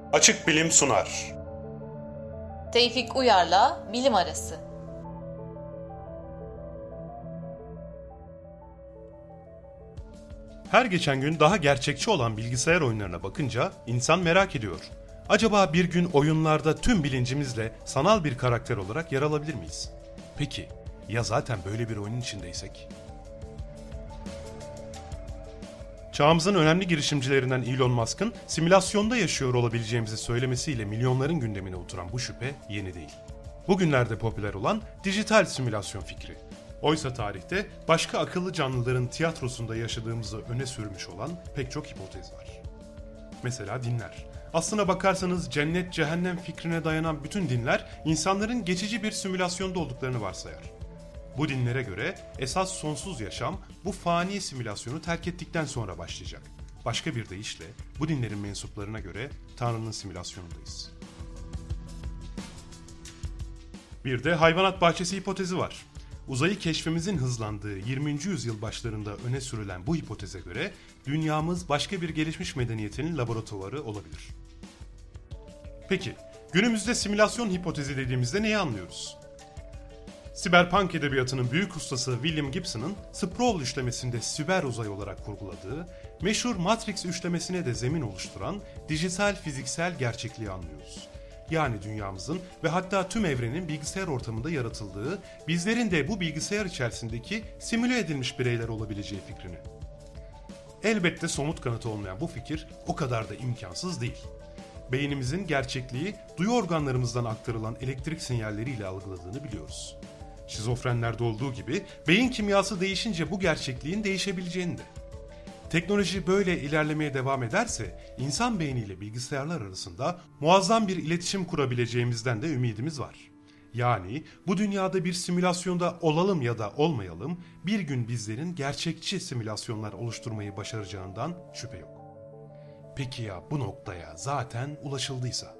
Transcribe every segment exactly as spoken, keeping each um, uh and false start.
Açık Bilim sunar. Tevfik Uyar'la Bilim Arası. Her geçen gün daha gerçekçi olan bilgisayar oyunlarına bakınca insan merak ediyor. Acaba bir gün oyunlarda tüm bilincimizle sanal bir karakter olarak yer alabilir miyiz? Peki, ya zaten böyle bir oyunun içindeysek? Çağımızın önemli girişimcilerinden Elon Musk'ın simülasyonda yaşıyor olabileceğimizi söylemesiyle milyonların gündemine oturan bu şüphe yeni değil. Bugünlerde popüler olan dijital simülasyon fikri. Oysa tarihte başka akıllı canlıların tiyatrosunda yaşadığımızı öne sürmüş olan pek çok hipotez var. Mesela dinler. Aslına bakarsanız cennet cehennem fikrine dayanan bütün dinler insanların geçici bir simülasyonda olduklarını varsayar. Bu dinlere göre esas sonsuz yaşam bu fani simülasyonu terk ettikten sonra başlayacak. Başka bir deyişle bu dinlerin mensuplarına göre Tanrı'nın simülasyonundayız. Bir de hayvanat bahçesi hipotezi var. Uzayı keşfimizin hızlandığı yirminci yüzyıl başlarında öne sürülen bu hipoteze göre dünyamız başka bir gelişmiş medeniyetin laboratuvarı olabilir. Peki, günümüzde simülasyon hipotezi dediğimizde neyi anlıyoruz? Siberpunk edebiyatının büyük ustası William Gibson'ın Sprawl üçlemesinde siber uzay olarak kurguladığı, meşhur Matrix üçlemesine de zemin oluşturan dijital fiziksel gerçekliği anlıyoruz. Yani dünyamızın ve hatta tüm evrenin bilgisayar ortamında yaratıldığı, bizlerin de bu bilgisayar içerisindeki simüle edilmiş bireyler olabileceği fikrini. Elbette somut kanıtı olmayan bu fikir o kadar da imkansız değil. Beynimizin gerçekliği duyu organlarımızdan aktarılan elektrik sinyalleriyle algıladığını biliyoruz. Şizofrenlerde olduğu gibi beyin kimyası değişince bu gerçekliğin değişebileceğini de. Teknoloji böyle ilerlemeye devam ederse insan beyniyle bilgisayarlar arasında muazzam bir iletişim kurabileceğimizden de ümidimiz var. Yani bu dünyada bir simülasyonda olalım ya da olmayalım bir gün bizlerin gerçekçi simülasyonlar oluşturmayı başaracağından şüphe yok. Peki ya bu noktaya zaten ulaşıldıysa?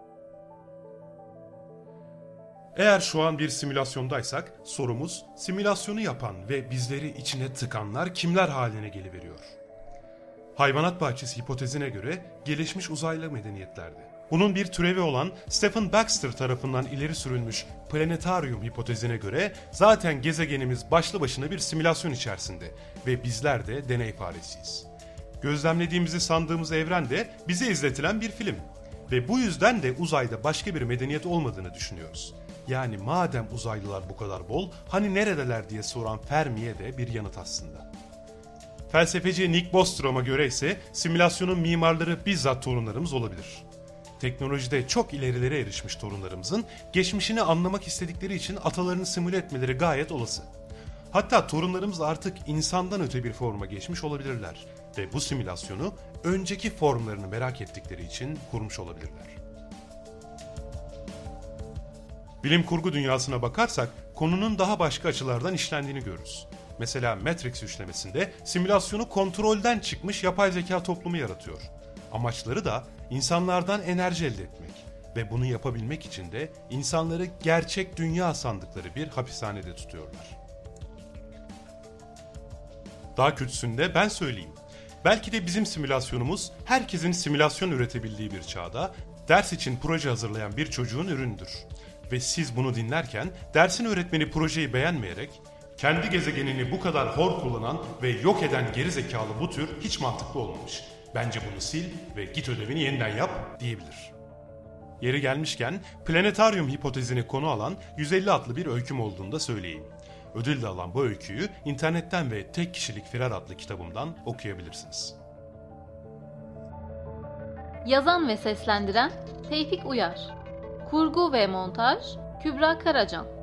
Eğer şu an bir simülasyondaysak sorumuz simülasyonu yapan ve bizleri içine tıkanlar kimler haline geliveriyor? Hayvanat bahçesi hipotezine göre gelişmiş uzaylı medeniyetlerdi. Bunun bir türevi olan Stephen Baxter tarafından ileri sürülmüş planetaryum hipotezine göre zaten gezegenimiz başlı başına bir simülasyon içerisinde ve bizler de deney faresiyiz. Gözlemlediğimizi sandığımız evren de bize izletilen bir film ve bu yüzden de uzayda başka bir medeniyet olmadığını düşünüyoruz. Yani madem uzaylılar bu kadar bol, hani neredeler diye soran Fermi'ye de bir yanıt aslında. Felsefeci Nick Bostrom'a göre ise simülasyonun mimarları bizzat torunlarımız olabilir. Teknolojide çok ilerilere erişmiş torunlarımızın geçmişini anlamak istedikleri için atalarını simüle etmeleri gayet olası. Hatta torunlarımız artık insandan öte bir forma geçmiş olabilirler ve bu simülasyonu önceki formlarını merak ettikleri için kurmuş olabilirler. Bilim kurgu dünyasına bakarsak konunun daha başka açılardan işlendiğini görürüz. Mesela Matrix üçlemesinde simülasyonu kontrolden çıkmış yapay zeka toplumu yaratıyor. Amaçları da insanlardan enerji elde etmek ve bunu yapabilmek için de insanları gerçek dünya sandıkları bir hapishanede tutuyorlar. Daha kötüsünde ben söyleyeyim. Belki de bizim simülasyonumuz herkesin simülasyon üretebildiği bir çağda ders için proje hazırlayan bir çocuğun ürünüdür. Ve siz bunu dinlerken dersin öğretmeni projeyi beğenmeyerek kendi gezegenini bu kadar hor kullanan ve yok eden geri zekalı bu tür hiç mantıklı olmamış. Bence bunu sil ve git ödevini yeniden yap diyebilir. Yeri gelmişken planetaryum hipotezini konu alan yüz elli adlı bir öyküm olduğunu da söyleyeyim. Ödül de alan bu öyküyü internetten ve Tek Kişilik Firar adlı kitabımdan okuyabilirsiniz. Yazan ve seslendiren Tevfik Uyar. Kurgu ve montaj Kübra Karacan.